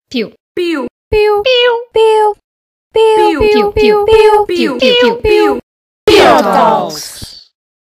Piu. Piu, Piu. Piu. Piu. Piu. Piu. Piu. Piu. Piu. Piu. Piu. Talks.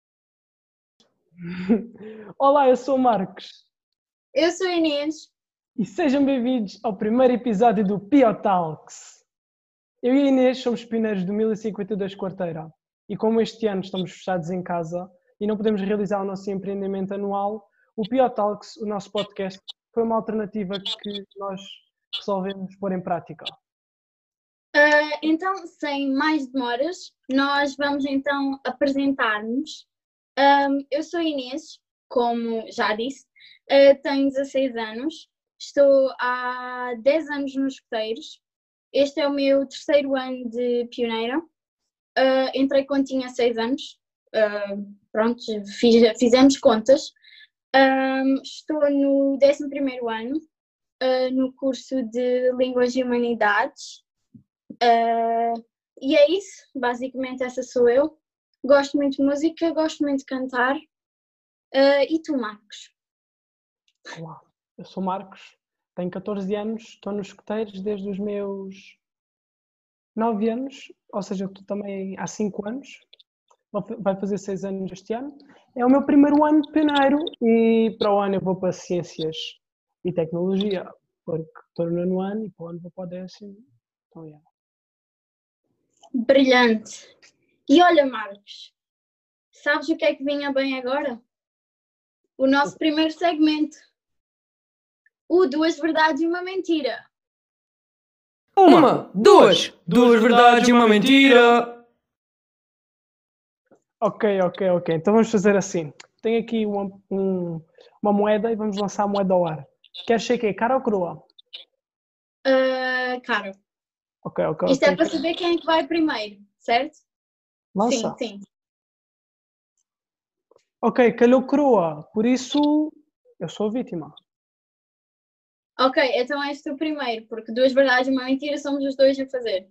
Olá, eu sou o Marcos Eu sou a Inês. e sejam bem-vindos ao primeiro episódio do Talks. Eu e a Inês somos pioneiros do 1052 Quarteira e como este ano estamos fechados em casa e não podemos realizar o nosso empreendimento anual, o Talks, o nosso podcast, foi uma alternativa que nós resolvemos pôr em prática. Então, sem mais demoras, nós vamos então apresentar-nos. Eu sou a Inês, como já disse, tenho 16 anos, estou há 10 anos nos escuteiros. Este é o meu terceiro ano de pioneira. Entrei quando tinha 6 anos. Pronto, fizemos contas. Estou no 11º ano, no curso de Línguas e Humanidades. E é isso, basicamente essa sou eu. Gosto muito de música, gosto muito de cantar. E tu, Marcos? Olá, eu sou o Marcos, tenho 14 anos, estou nos escuteiros desde os meus 9 anos, ou seja, tu também há 5 anos, vai fazer 6 anos este ano. É o meu primeiro ano de pioneiro e para o ano eu vou para Ciências e Tecnologia, porque estou no 9º ano e para o ano vou para o 10º. Então, yeah. Brilhante! E olha, Marcos, sabes o que é que vinha bem agora? O nosso primeiro segmento. O Duas Verdades e uma Mentira. Uma, duas verdades e uma mentira. Ok. Então vamos fazer assim. Tenho aqui uma moeda e vamos lançar a moeda ao ar. Queres ser quê? Cara ou coroa? Cara, Ok. isto é para saber quem é que vai primeiro, certo? Lança. Sim. Ok, calhou coroa. Por isso, eu sou a vítima. Ok, então és tu primeiro, porque duas verdades e uma mentira somos os dois a fazer.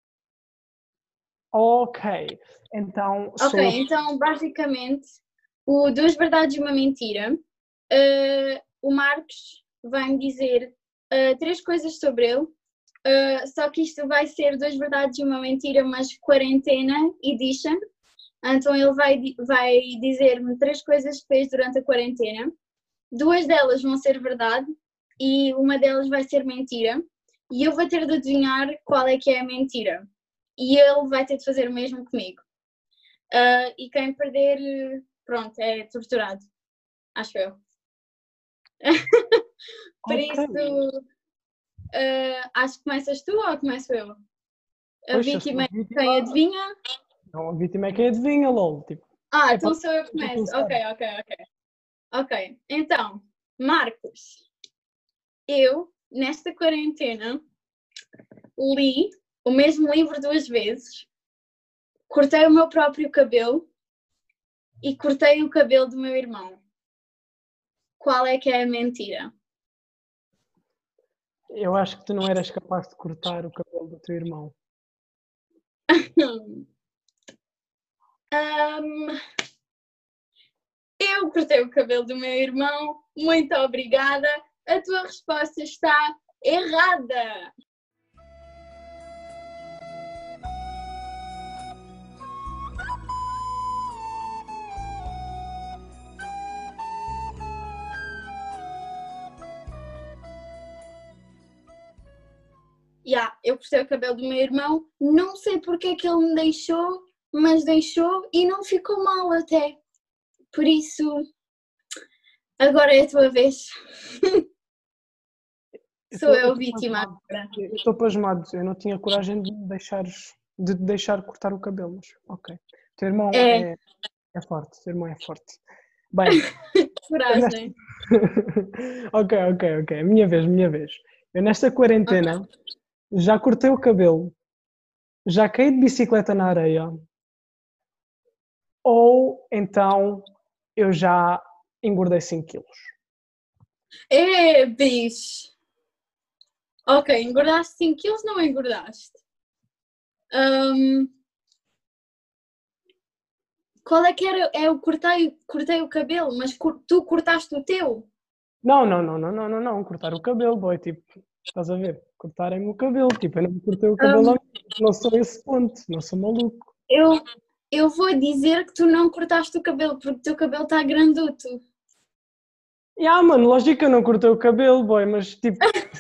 Ok. Então, sou Ok, eu. então basicamente, o duas verdades e uma mentira, o Marcos vai-me dizer 3 coisas sobre ele, só que isto vai ser duas verdades e uma mentira, mas quarentena edition. Então ele vai dizer-me 3 coisas que fez durante a quarentena. 2 delas vão ser verdade e uma delas vai ser mentira. E eu vou ter de adivinhar qual é que é a mentira. E ele vai ter de fazer o mesmo comigo. E quem perder, pronto, é torturado. Acho eu. Por Ok. isso, acho que começas tu ou começo eu? A Pois, eu vítima é sou a vítima. quem adivinha? Não, a vítima é quem adivinha, LOL. Tipo, Então sou eu que começo. Ok. Então, Marcos, eu, nesta quarentena, li o mesmo livro 2 vezes, cortei o meu próprio cabelo e cortei o cabelo do meu irmão. Qual é que é a mentira? eu acho que tu não eras capaz de cortar o cabelo do teu irmão. Eu cortei o cabelo do meu irmão. Muito obrigada. A tua resposta está errada. Eu cortei o cabelo do meu irmão. Não sei porque é que ele me deixou, mas deixou e não ficou mal até. Por isso, agora é a tua vez. Sou eu vítima agora. Eu estou pasmado. Eu não tinha coragem de te deixar cortar o cabelo. Mas, ok. O teu irmão É. é forte. O teu irmão é forte. Bem. Coragem. Ok. Minha vez. Eu nesta quarentena já cortei o cabelo, já caí de bicicleta na areia, ou então eu já engordei 5 quilos. Bicho. Ok, engordaste 5 quilos, não engordaste? Qual é que era? Eu cortei o cabelo, mas tu cortaste o teu? Não. Cortar o cabelo, boy. Tipo, Estás a ver? Cortarem-me o cabelo. Tipo, eu não me cortei o cabelo a mim, não sou esse ponto, não sou maluco. Eu vou dizer que tu não cortaste o cabelo, porque o teu cabelo está granduto. Mano, lógico que eu não cortei o cabelo, boy, mas tipo...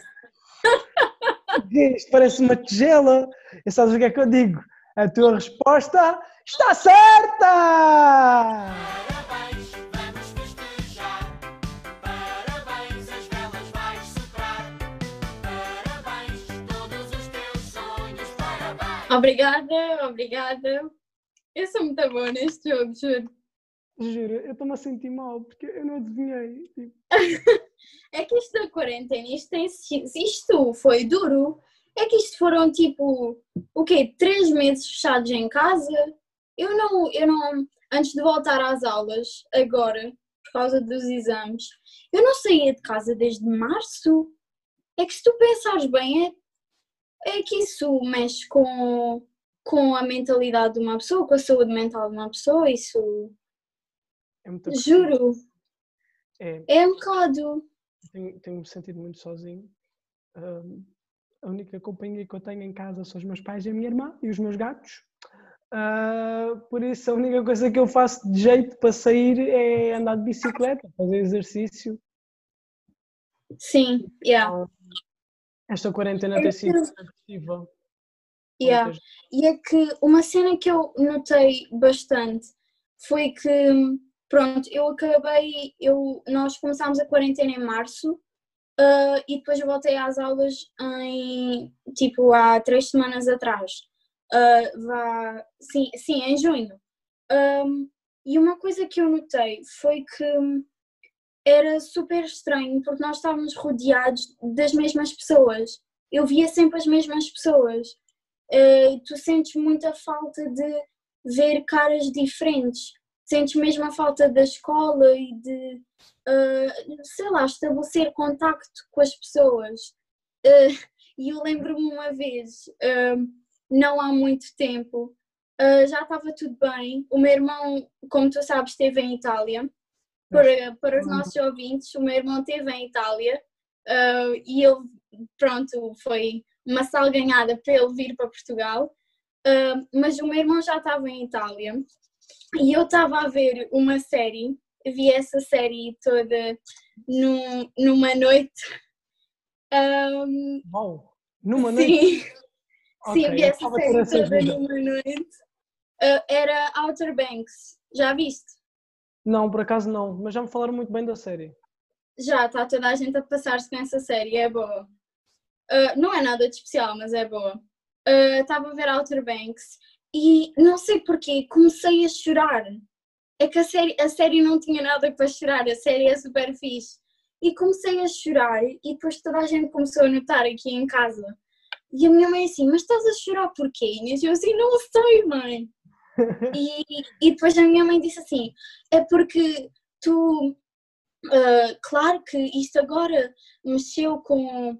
Isto parece uma tigela. E sabes o que é que eu digo? A tua resposta está certa! Parabéns, vamos festejar. Parabéns, as velas vais soprar. Parabéns, todos os teus sonhos. Parabéns. Obrigada. Eu sou muito boa neste jogo, juro. Juro, eu estou-me a sentir mal porque eu não adivinhei. Tipo, É que isto da quarentena, isto foi duro. É que isto foram tipo, o quê? 3 meses fechados em casa? Eu não, antes de voltar às aulas, agora, por causa dos exames, eu não saía de casa desde março. É que se tu pensares bem, é que isso mexe com a mentalidade de uma pessoa, com a saúde mental de uma pessoa, isso... é muito Juro, É, é um bocado. tenho-me sentido muito sozinho. A única companhia que eu tenho em casa são os meus pais e a minha irmã e os meus gatos. Por isso, a única coisa que eu faço de jeito para sair é andar de bicicleta, fazer exercício. Sim, yeah. Esta quarentena tem sido agressiva. Yeah. E é que uma cena que eu notei bastante foi que, pronto, nós começámos a quarentena em março e depois eu voltei às aulas há 3 semanas atrás. Sim, em junho. E uma coisa que eu notei foi que era super estranho porque nós estávamos rodeados das mesmas pessoas. Eu via sempre as mesmas pessoas. Tu sentes muita falta de ver caras diferentes. Sentes mesmo a falta da escola e de, sei lá, estabelecer contacto com as pessoas. E eu lembro-me uma vez, não há muito tempo, já estava tudo bem. O meu irmão, como tu sabes, esteve em Itália. Para os nossos ouvintes, o meu irmão esteve em Itália e ele, pronto, foi uma salganhada para ele vir para Portugal. Mas o meu irmão já estava em Itália e eu estava a ver uma série, vi essa série toda numa noite. Uau! Numa noite? Sim, Okay, vi essa série toda vida. numa noite. Era Outer Banks, já viste? Não, por acaso não, mas já me falaram muito bem da série. Já, está toda a gente a passar-se com essa série, é boa. Não é nada de especial, mas é boa. Estava a ver Outer Banks e não sei porquê, comecei a chorar. É que a série não tinha nada para chorar, a série é super fixe. E comecei a chorar e depois toda a gente começou a notar aqui em casa. E a minha mãe assim, mas estás a chorar porquê, Inês? E eu assim, não sei, mãe. E depois a minha mãe disse assim, é porque tu, claro que isto agora mexeu com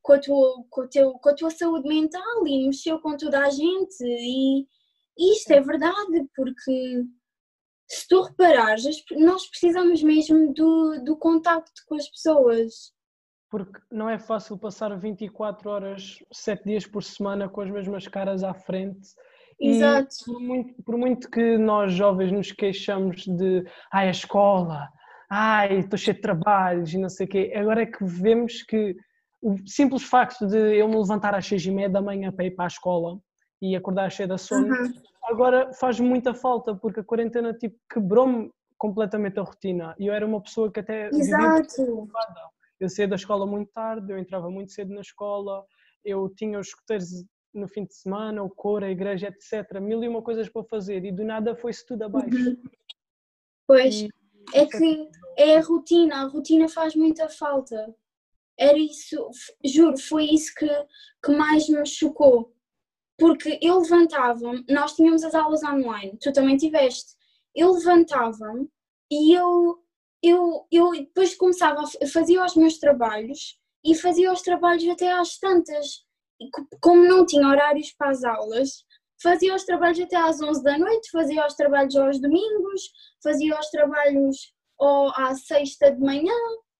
a tua saúde mental e mexeu com toda a gente e isto é verdade, porque se tu reparares, nós precisamos mesmo do contacto com as pessoas. Porque não é fácil passar 24 horas, 7 dias por semana com as mesmas caras à frente. Exato. E por muito que nós jovens nos queixamos de a escola, estou cheio de trabalhos e não sei o quê, agora é que vemos que o simples facto de eu me levantar às 6h30 da manhã para ir para a escola e acordar cheio de sono, agora faz muita falta, porque a quarentena tipo, quebrou-me completamente a rotina. E eu era uma pessoa que até Exato. Eu saía da escola muito tarde, eu entrava muito cedo na escola, eu tinha os escuteiros no fim de semana, o coro, a igreja, etc. 1001 coisas para fazer e do nada foi-se tudo abaixo. Pois, é que é a rotina faz muita falta. Era isso, juro, foi isso que mais me chocou. Porque eu levantava-me, nós tínhamos as aulas online, tu também tiveste. Eu levantava-me e eu depois começava fazia os meus trabalhos e fazia os trabalhos até às tantas. E como não tinha horários para as aulas, fazia os trabalhos até às 11 da noite, fazia os trabalhos aos domingos, fazia os trabalhos à sexta de manhã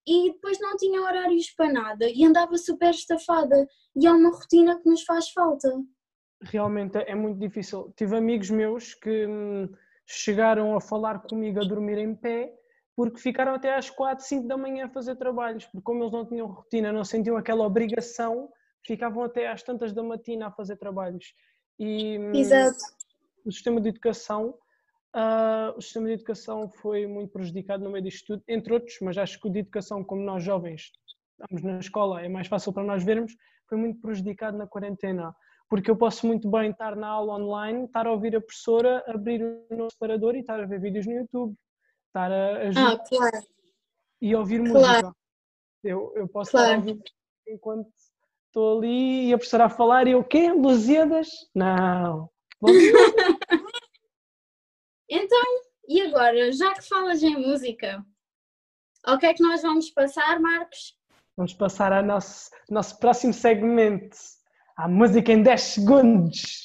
e depois não tinha horários para nada e andava super estafada. E é uma rotina que nos faz falta. Realmente é muito difícil. Tive amigos meus que chegaram a falar comigo a dormir em pé porque ficaram até às 4, 5 da manhã a fazer trabalhos, porque como eles não tinham rotina, não sentiam aquela obrigação, ficavam até às tantas da matina a fazer trabalhos. E Exato. o sistema de educação, o sistema de educação foi muito prejudicado no meio disto tudo, entre outros, mas acho que o de educação, como nós jovens estamos na escola, é mais fácil para nós vermos, foi muito prejudicado na quarentena. Porque eu posso muito bem estar na aula online, estar a ouvir a professora, abrir o nosso separador e estar a ver vídeos no YouTube, estar a jogar Claro. e ouvir Claro. música. Eu posso Claro. estar a ouvir enquanto estou ali e a professora a falar e eu, o quê? Lusíadas? Não. Então, e agora, já que falas em música, ao que é que nós vamos passar, Marcos? Vamos passar ao nosso próximo segmento. A música em 10 segundos.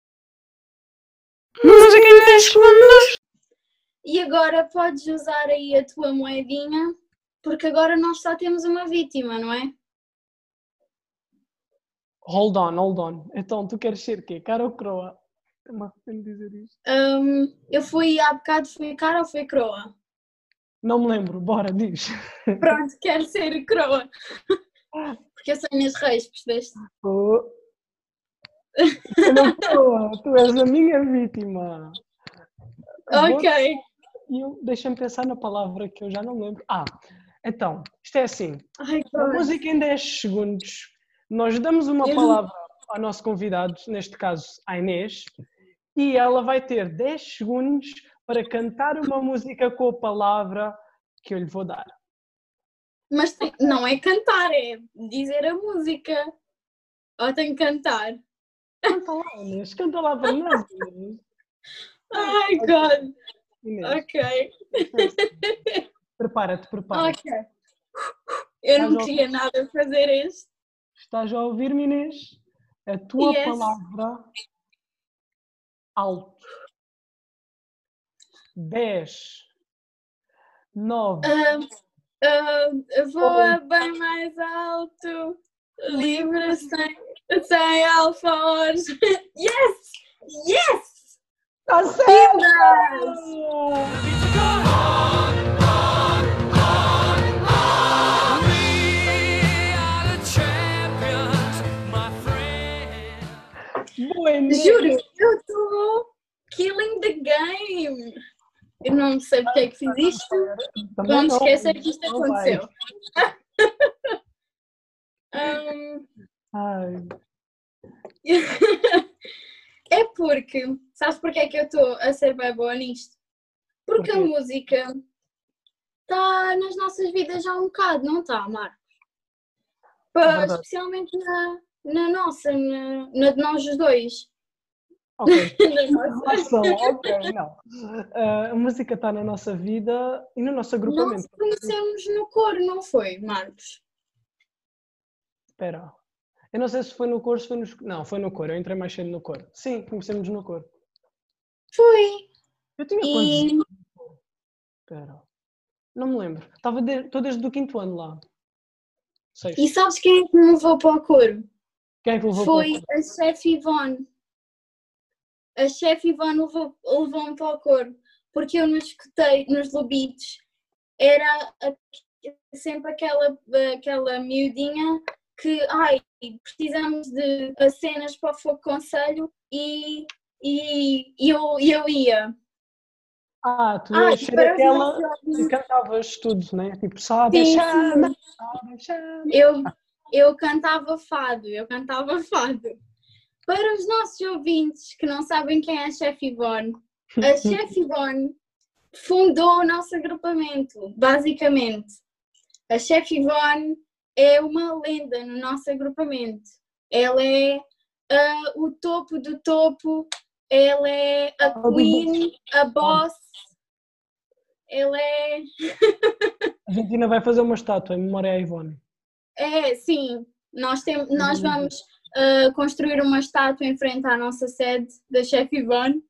Música em 10 segundos. E agora podes usar aí a tua moedinha, porque agora nós só temos uma vítima, não é? Hold on. Então, tu queres ser quê? Cara ou croa? Me arrependo de dizer isto. Eu há bocado fui cara ou fui croa? Não me lembro, bora, diz. Pronto, quero ser croa. Porque eu sou Inês Reis, percebeste? Oh. Eu não estou, tu és a minha vítima. Ok. Deixa-me pensar na palavra que eu já não me lembro. Então, isto é assim. Ai, A música em 10 segundos. Nós damos uma palavra ao nosso convidado, neste caso à Inês, e ela vai ter 10 segundos para cantar uma música com a palavra que eu lhe vou dar. Mas não é cantar, é dizer a música. Ou tenho que cantar? Canta lá, Inês. Canta lá para nós, Inês. Ai, God. Inês. Ok. Prepara-te. Ok. Eu não queria nada fazer isto. Estás a ouvir-me, Inês? A tua Yes. palavra alto. 10, 9, Voa bem mais alto. Livre sem alforjes. Yes! Yes! está certo! Boa, Inês. Juro, eu estou killing the game. Eu não sei porque é que fiz isto. Também Vamos não. esquecer que isto Não vai. aconteceu. Ai, É porque, sabes porque é que eu estou a ser bem boa nisto? Porque a Porquê? música está nas nossas vidas já um bocado, não está, Marcos? Verdade. Especialmente na nossa, na de nós os dois. ok. Na nossa. Relação, ok, não. A música está na nossa vida e no nosso Nós agrupamento. conhecemos no coro, não foi, Marcos? Espera. Eu não sei se foi no coro, se foi no... Não, foi no coro. Eu entrei mais cedo no coro. Sim, conhecemos no coro. Foi. Eu tinha quantos E anos? Espera. Não me lembro. Estou desde o 5º ano lá. 6. sabes quem é que me levou para o coro? Quem é que levou Foi para o a chefe Ivone. A chefe Ivone levou-me para o coro, porque eu nos escutei, nos lobitos, era sempre aquela miudinha que, precisamos de cenas para o Fogo Conselho e eu ia. Tu ias ser para os aquela nossos que ouvintes. cantavas tudo, né? Tipo, sabe, Sim, chama, sim. sabe, chama. Eu cantava fado. Para os nossos ouvintes que não sabem quem é a chefe Ivone, a chefe Ivone fundou o nosso agrupamento, basicamente. A chefe Ivone é uma lenda no nosso agrupamento. Ela é o topo do topo, ela é a queen, a boss, ela é... A gente ainda vai fazer uma estátua em memória à Ivone. Sim, nós vamos construir uma estátua em frente à nossa sede da chefe Ivone.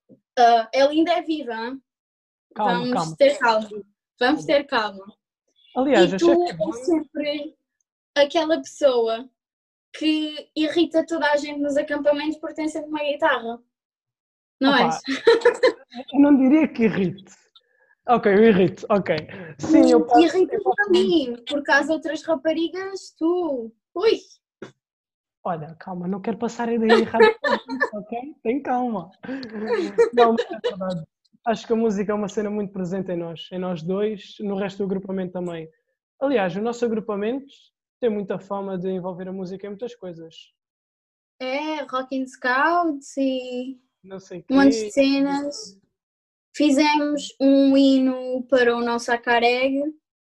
Ela ainda é viva, hein? Calma. Vamos ter calma. Aliás, E a tu chefe és sempre aquela pessoa que irrita toda a gente nos acampamentos porque tem sempre uma guitarra. Não Opa, és? eu não diria que irrite. Ok, eu irrito, ok. Sim, eu passo. Irrita-te a mim, porque às outras raparigas, tu. Ui! Olha, calma, não quero passar a ideia errada, ok? Tem calma. Não, mas é verdade. Acho que a música é uma cena muito presente em nós dois, no resto do agrupamento também. Aliás, o nosso agrupamento tem muita fama de envolver a música em muitas coisas. É, Rocking Scouts e Não sei um monte de quê. cenas. Fizemos um hino para o nosso Acareg,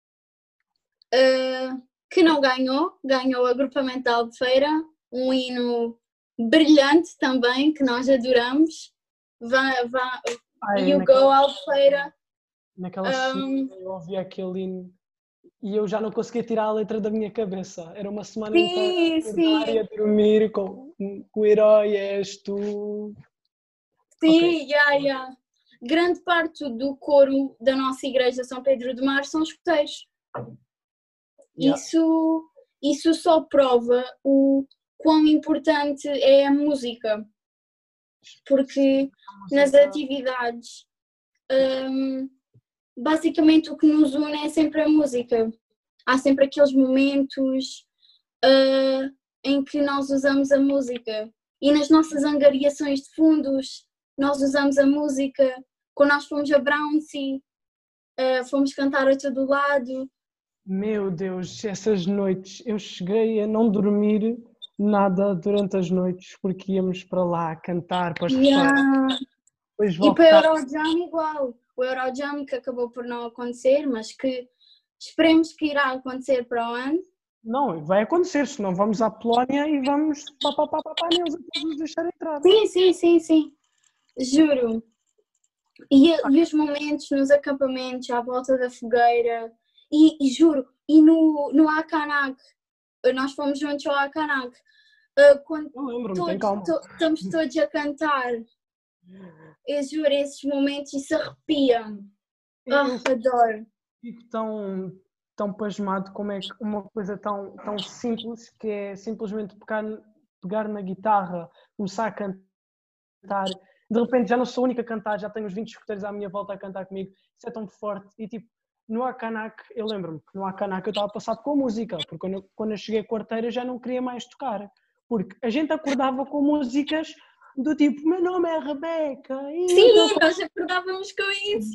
que não ganhou, ganhou o agrupamento da Albufeira, um hino brilhante também, que nós adoramos. Ai, You Go Albufeira. naquela semana eu ouvi aquele hino e eu já não conseguia tirar a letra da minha cabeça. Era uma semana inteira a acordar e a dormir com o herói és tu. Sim, yeah. Grande parte do coro da nossa igreja São Pedro do Mar são escuteiros. Yeah. Isso só prova o quão importante é a música. Porque nas atividades, basicamente o que nos une é sempre a música. Há sempre aqueles momentos em que nós usamos a música. E nas nossas angariações de fundos, nós usamos a música. Quando nós fomos a Brownsea, fomos cantar a todo lado. Meu Deus, essas noites, eu cheguei a não dormir nada durante as noites porque íamos para lá cantar para as pessoas. Depois E para o voltar. Eurojam igual. O Eurojam que acabou por não acontecer, mas que esperemos que irá acontecer para o ano. Não, vai acontecer, senão vamos à Polónia e vamos papapá neles até nos deixar entrar. Sim. Juro. E os momentos nos acampamentos, à volta da fogueira. E juro, e no Akanak, nós fomos juntos ao Akanak. Quando Não lembro-me, tem calma. estamos todos a cantar. Eu juro, esses momentos, isso arrepia-me. Adoro. Fico tão pasmado como é que uma coisa tão simples, que é simplesmente pegar na guitarra, começar a cantar, de repente já não sou a única a cantar, já tenho os 20 escuteiros à minha volta a cantar comigo, isso é tão forte. E tipo, no Akanak, eu lembro-me que no Akanak eu estava passado com a música, porque quando eu cheguei à quarteira eu já não queria mais tocar, porque a gente acordava com músicas do tipo, meu nome é Rebeca. Sim, nós acordávamos com isso.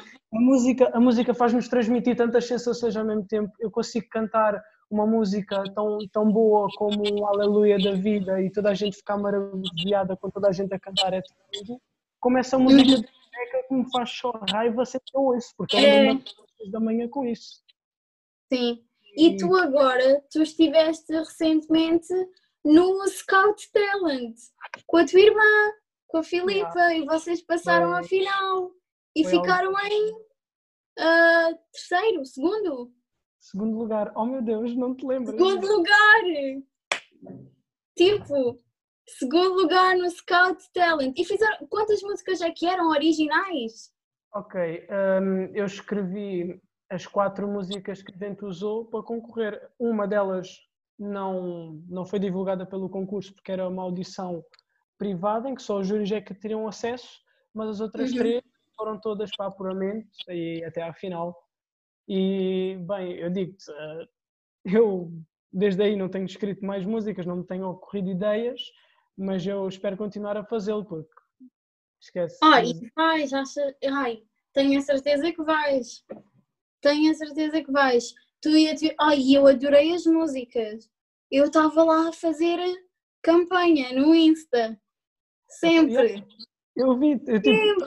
A música faz-nos transmitir tantas sensações ao mesmo tempo. Eu consigo cantar uma música tão boa como o Aleluia da Vida e toda a gente ficar maravilhada com toda a gente a cantar, é tudo. Como essa música de Rebeca que me faz só raiva sempre que eu ouço, porque eu lembro-me da manhã com isso. Sim. E tu agora, tu estiveste recentemente no Scout Talent com a tua irmã, com a Filipa, e vocês passaram a final e ficaram em terceiro, segundo? Segundo lugar. Oh meu Deus, não te lembro. Segundo lugar! Tipo, segundo lugar no Scout Talent. E fizeram, quantas músicas é que eram originais? Ok, eu escrevi as 4 músicas que a gente usou para concorrer. Uma delas não foi divulgada pelo concurso porque era uma audição privada em que só os júris é que teriam acesso, mas as outras 3 foram todas para apuramento e até à final. E, bem, eu digo-te, eu desde aí não tenho escrito mais músicas, não me tenho ocorrido ideias, mas eu espero continuar a fazê-lo, porque esquece. E vais, tenho a certeza que vais. Tenho a certeza que vais. Eu adorei as músicas. Eu estava lá a fazer campanha no Insta. Sempre. Eu vi, eu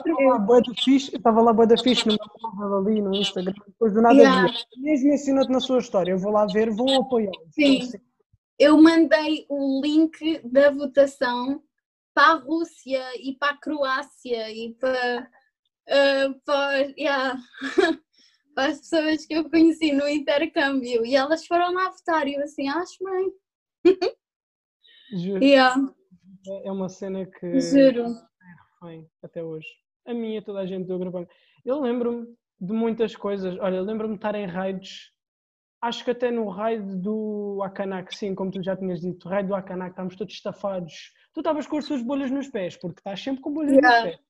estava lá bué da fixe no meu canal ali no Instagram, depois do nada mesmo mencionou-te na sua história, eu vou lá ver, vou apoiar. Sim. Assim. Eu mandei o link da votação para a Rússia e para a Croácia e para para as pessoas que eu conheci no intercâmbio e elas foram lá votar e eu assim, acho bem. Juro. É uma cena que juro. Até hoje. A minha, toda a gente do agrupamento. Eu lembro-me de muitas coisas. Olha, lembro-me de estar em raids acho que até no raid do Akanak, sim, como tu já tinhas dito, o raid do Akanak, estávamos todos estafados. Tu estavas com as tuas bolhas nos pés, porque estás sempre com bolhas Yeah. nos pés.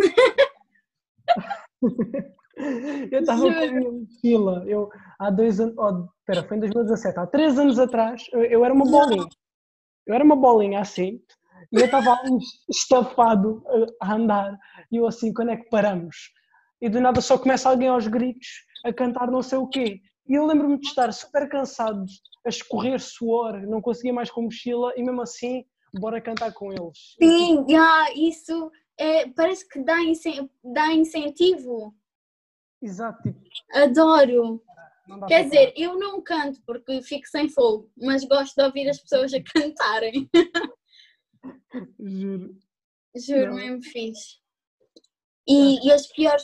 Eu estava com a minha mochila. Eu, há 2 anos, espera, foi em 2017, há 3 anos atrás, eu era uma bolinha. Eu era uma bolinha assim, e eu estava ali estafado a andar. E eu assim, quando é que paramos? E do nada só começa alguém aos gritos a cantar não sei o quê. E eu lembro-me de estar super cansado, a escorrer suor, não conseguia mais com a mochila, e mesmo assim, bora cantar com eles. Sim, isso parece que dá incentivo. Exato, tipo, Adoro. não dá Quer para dizer, eu não canto porque fico sem fogo, mas gosto de ouvir as pessoas a cantarem. parar, juro. Juro, Não. mesmo fixe. E as piores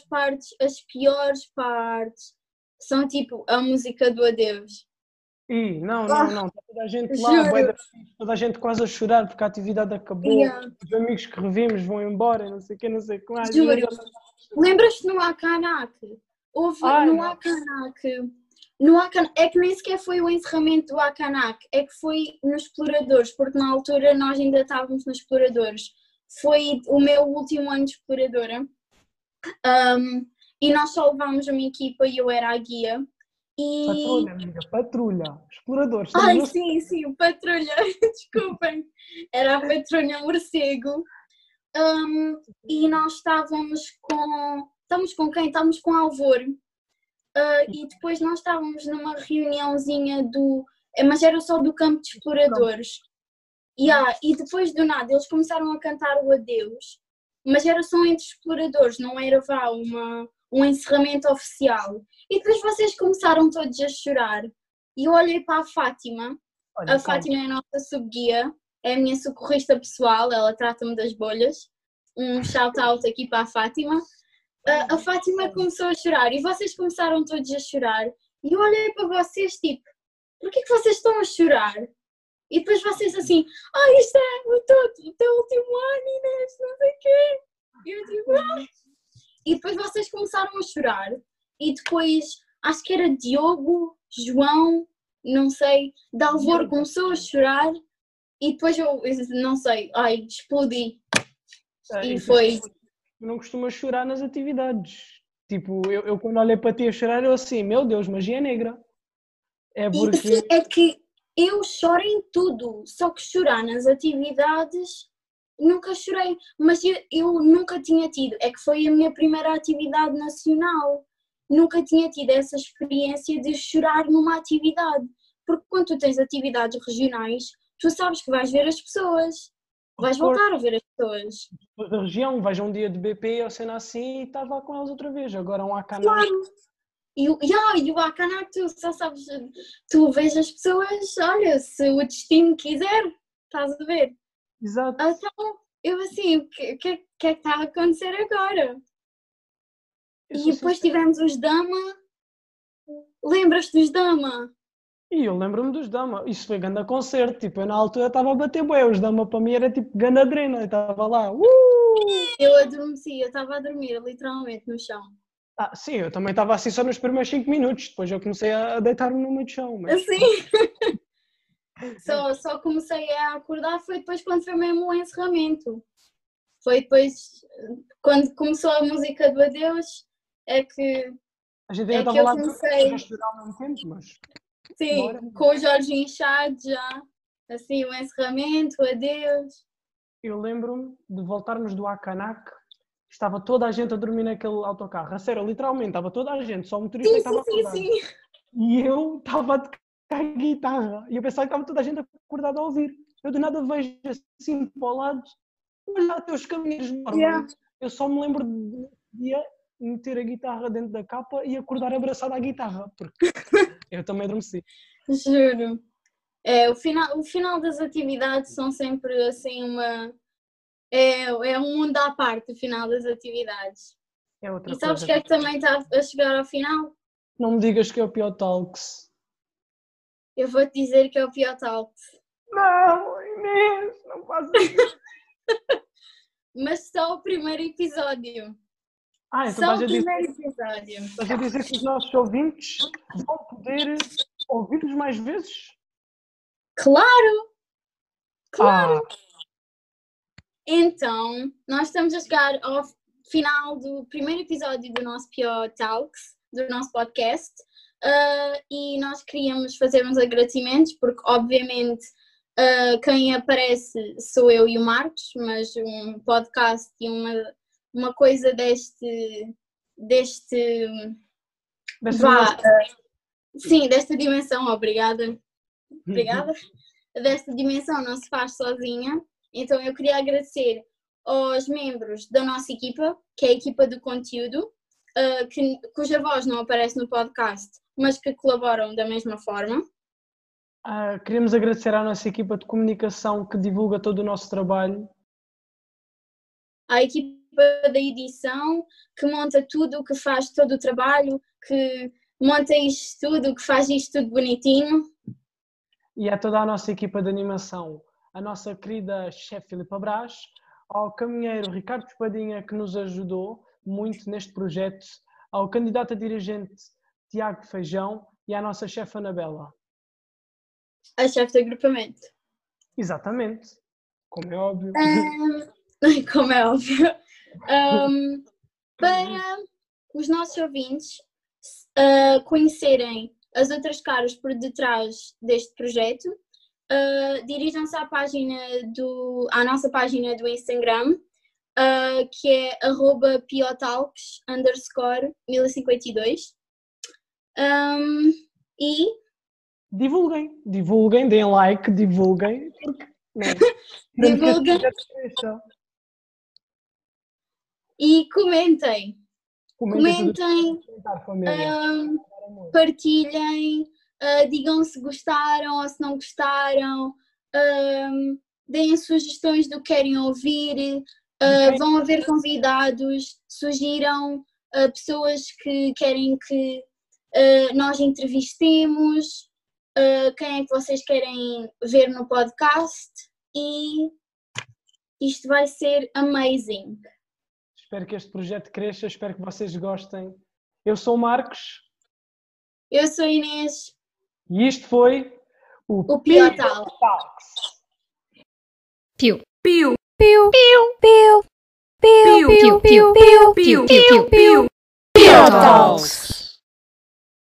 partes são tipo a música do adeus. E não, está toda a gente lá, Juro. bué da fixe, toda a gente quase a chorar porque a atividade acabou, Yeah. os amigos que revimos vão embora, não sei o que, não sei o que mais. Juro. E eu já- Lembras-te no Akanak? Houve Ai, no não. Akanak. É que nem sequer foi o encerramento do Akanak, é que foi nos Exploradores, porque na altura nós ainda estávamos nos Exploradores. Foi o meu último ano de exploradora. E nós só levámos uma equipa e eu era a guia. E... Patrulha, amiga, patrulha, exploradores. Ai, estamos sim, patrulha, desculpem. Era a patrulha morcego. E nós estávamos com quem? Estávamos com Alvor. E depois nós estávamos numa reuniãozinha mas era só do campo de exploradores. E depois do nada eles começaram a cantar o adeus, mas era só entre exploradores, não era um encerramento oficial. E depois vocês começaram todos a chorar. E eu olhei para a Fátima. Olha, A Fátima é a nossa subguia, é a minha socorrista pessoal, ela trata-me das bolhas. Um shout-out aqui para a Fátima. A Fátima começou a chorar e vocês começaram todos a chorar. E eu olhei para vocês tipo, porquê que vocês estão a chorar? E depois vocês assim, isto é o teu último ano, Inês, não sei o quê. E eu tipo, E depois vocês começaram a chorar. E depois, acho que era Diogo, João, não sei, Dalvor começou a chorar. E depois eu não sei, explodi. E foi. Eu não costumo chorar nas atividades. Tipo, eu quando olhei para ti a chorar, eu assim, meu Deus, magia negra. É porque... É que eu choro em tudo, só que chorar nas atividades nunca chorei, mas eu nunca tinha tido, é que foi a minha primeira atividade nacional, nunca tinha tido essa experiência de chorar numa atividade, porque quando tu tens atividades regionais, tu sabes que vais ver as pessoas, vais voltar a ver as pessoas. Da região, vais a um dia de BP ou cena assim e estava com elas outra vez, agora um Akanak. Claro! E o Akanak, tu só sabes, tu vês as pessoas, olha, se o destino quiser, estás a ver? Exato. Então, eu assim, o que é que está a acontecer agora? E depois tivemos os Dama, lembras-te dos Dama? E eu lembro-me dos Dama, isso foi grande concerto, tipo, eu na altura estava a bater bué, os Dama para mim era tipo grande adrena, eu estava lá, Eu adormeci, eu estava a dormir literalmente no chão. sim, eu também estava assim só nos primeiros 5 minutos, depois eu comecei a deitar-me no meio do chão. Mas... Assim? Só comecei a acordar foi depois quando foi mesmo o encerramento. Foi depois, quando começou a música do adeus, é que A gente ainda que estava eu lá comecei. a chorar ao mesmo tempo, mas... Sim, Bora. com os olhos inchados já, assim, o encerramento, o adeus. Eu lembro-me de voltarmos do Akanak, estava toda a gente a dormir naquele autocarro, a sério, literalmente, estava toda a gente, só o motorista que estava acordado. Sim. E eu estava a tocar guitarra, e eu pensava que estava toda a gente acordada a ouvir. Eu de nada vejo assim para o lado, olha até os caminhos normais. Yeah. Eu só me lembro de dia meter a guitarra dentro da capa e acordar abraçada à guitarra, porque eu também adormeci. Juro. O final das atividades são sempre assim é um mundo à parte, o final das atividades. É outra E sabes coisa. que é que também está a chegar ao final? Não me digas que é o Pior Talks. Eu vou-te dizer que é o pior talk. Não, Inês, não faças isso. Mas só o primeiro episódio. Então Só estás o a dizer, primeiro episódio. estás a dizer que os nossos ouvintes vão poder ouvir-nos mais vezes? Claro! Ah, Então, nós estamos a chegar ao final do primeiro episódio do nosso PO Talks, do nosso podcast, e nós queríamos fazer uns agradecimentos, porque obviamente quem aparece sou eu e o Marcos, mas um podcast e uma coisa desta dimensão, obrigada, desta dimensão não se faz sozinha. Então eu queria agradecer aos membros da nossa equipa, que é a equipa do conteúdo, cuja voz não aparece no podcast, mas que colaboram da mesma forma. queremos agradecer à nossa equipa de comunicação que divulga todo o nosso trabalho. À equipa da edição, que monta tudo, que faz todo o trabalho, que monta isto tudo, que faz isto tudo bonitinho. E a toda a nossa equipa de animação, a nossa querida chefe Filipa Brás, ao caminheiro Ricardo Espadinha, que nos ajudou muito neste projeto, ao candidato a dirigente Tiago Feijão e à nossa chefe Anabela. A chefe de agrupamento. Exatamente, como é óbvio. Como é óbvio. Para os nossos ouvintes conhecerem as outras caras por detrás deste projeto, dirijam-se à nossa página do Instagram, que é @piotalks_1052. E Divulguem, deem like, divulguem. divulguem e comentem. Comentem, partilhem, digam se gostaram ou se não gostaram, deem sugestões do que querem ouvir, vão haver convidados, sugiram pessoas que querem que nós entrevistemos, quem é que vocês querem ver no podcast, e isto vai ser amazing. Espero que este projeto cresça, espero que vocês gostem. Eu sou o Marcos. Eu sou a Inês. E isto foi o PO Talks. Piu. Piu. Piu. Piu. Piu. Piu. Piu. Piu. Piu. Piu. Piu. Piu. Talks.